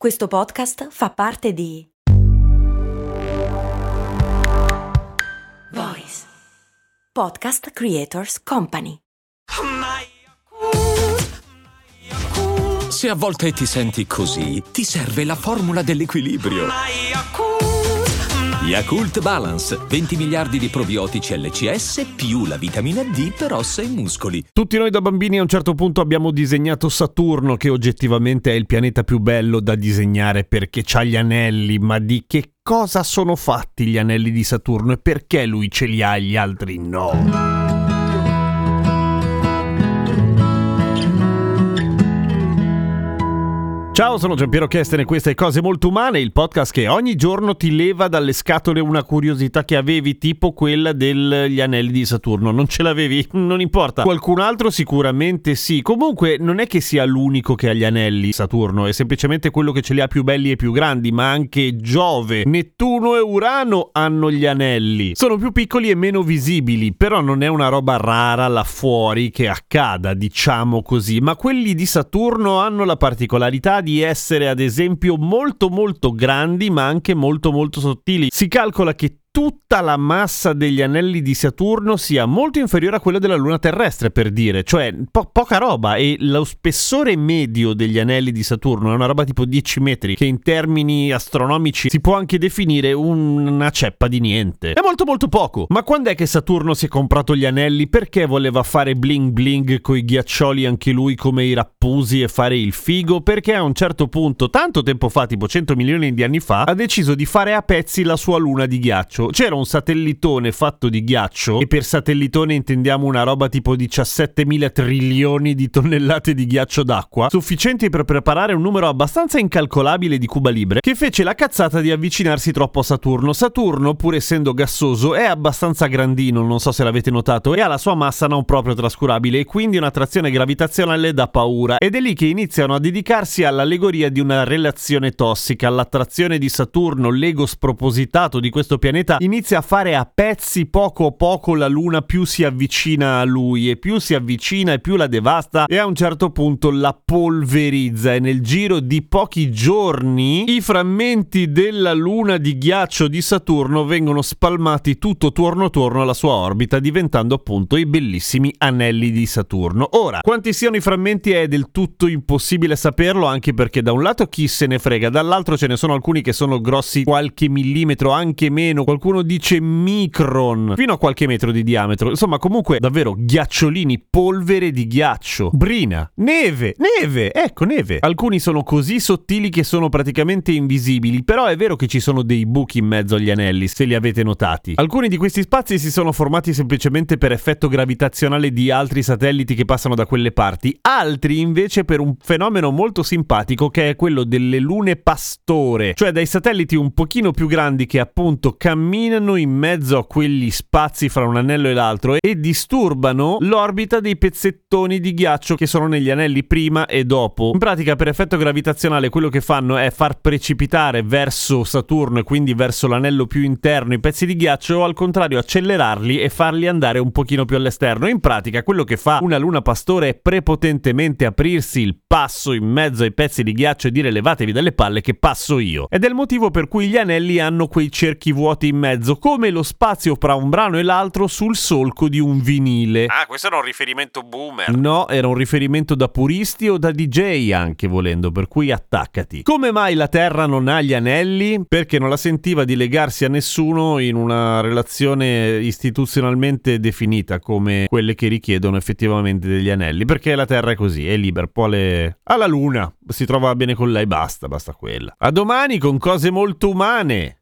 Questo podcast fa parte di Voice Podcast Creators Company. Se a volte ti senti così, ti serve la formula dell'equilibrio. Yakult Balance, 20 miliardi di probiotici LCS più la vitamina D per ossa e muscoli. Tutti noi da bambini a un certo punto abbiamo disegnato Saturno, che oggettivamente è il pianeta più bello da disegnare perché c'ha gli anelli, ma di che cosa sono fatti gli anelli di Saturno e perché lui ce li ha e gli altri no? Ciao, sono Giampiero Kesten e questa è Cose Molto Umane, il podcast che ogni giorno ti leva dalle scatole una curiosità che avevi, tipo quella degli anelli di Saturno. Non ce l'avevi? Non importa. Qualcun altro sicuramente sì. Comunque non è che sia l'unico che ha gli anelli Saturno, è semplicemente quello che ce li ha più belli e più grandi, ma anche Giove, Nettuno e Urano hanno gli anelli. Sono più piccoli e meno visibili, però non è una roba rara là fuori che accada, diciamo così, ma quelli di Saturno hanno la particolarità di essere ad esempio molto grandi ma anche molto sottili. Si calcola che tutta la massa degli anelli di Saturno sia molto inferiore a quella della Luna terrestre, per dire, cioè poca roba, e lo spessore medio degli anelli di Saturno è una roba tipo 10 metri, che in termini astronomici si può anche definire una ceppa di niente. È molto poco. Ma quando è che Saturno si è comprato gli anelli? Perché voleva fare bling bling coi ghiaccioli anche lui come i rappusi e fare il figo? Perché a un certo punto, tanto tempo fa, tipo 100 milioni di anni fa, ha deciso di fare a pezzi la sua luna di ghiaccio. C'era un satellitone fatto di ghiaccio, e per satellitone intendiamo una roba tipo 17.000 trilioni di tonnellate di ghiaccio d'acqua, sufficienti per preparare un numero abbastanza incalcolabile di Cuba Libre, che fece la cazzata di avvicinarsi troppo a Saturno. Saturno, pur essendo gassoso, è abbastanza grandino, non so se l'avete notato, e ha la sua massa non proprio trascurabile, e quindi un'attrazione gravitazionale da paura. Ed è lì che iniziano a dedicarsi all'allegoria di una relazione tossica. L'attrazione di Saturno, l'ego spropositato di questo pianeta, inizia a fare a pezzi poco a poco la Luna, più si avvicina a lui, e più si avvicina e più la devasta, e a un certo punto la polverizza, e nel giro di pochi giorni i frammenti della Luna di ghiaccio di Saturno vengono spalmati tutto torno alla sua orbita, diventando appunto i bellissimi anelli di Saturno. Ora, quanti siano i frammenti è del tutto impossibile saperlo, anche perché da un lato chi se ne frega, dall'altro ce ne sono alcuni che sono grossi qualche millimetro, anche meno, qualcuno dice micron, fino a qualche metro di diametro. Insomma, comunque davvero ghiacciolini, polvere di ghiaccio, brina, neve, ecco, neve. Alcuni sono così sottili che sono praticamente invisibili, però è vero che ci sono dei buchi in mezzo agli anelli, se li avete notati. Alcuni di questi spazi si sono formati semplicemente per effetto gravitazionale di altri satelliti che passano da quelle parti, altri invece per un fenomeno molto simpatico che è quello delle lune pastore, cioè dai satelliti un pochino più grandi che appunto camminano in mezzo a quegli spazi fra un anello e l'altro e disturbano l'orbita dei pezzettoni di ghiaccio che sono negli anelli prima e dopo. In pratica, per effetto gravitazionale, quello che fanno è far precipitare verso Saturno e quindi verso l'anello più interno i pezzi di ghiaccio, o al contrario accelerarli e farli andare un pochino più all'esterno. In pratica quello che fa una luna pastore è prepotentemente aprirsi il passo in mezzo ai pezzi di ghiaccio e dire: levatevi dalle palle che passo io. Ed è il motivo per cui gli anelli hanno quei cerchi vuoti in mezzo, come lo spazio fra un brano e l'altro sul solco di un vinile. Ah, questo era un riferimento boomer. No, era un riferimento da puristi o da DJ anche, volendo, per cui attaccati. Come mai la Terra non ha gli anelli? Perché non la sentiva di legarsi a nessuno in una relazione istituzionalmente definita come quelle che richiedono effettivamente degli anelli, perché la Terra è così, è libera, poi alla Luna, si trova bene con lei, basta quella. A domani con Cose Molto Umane.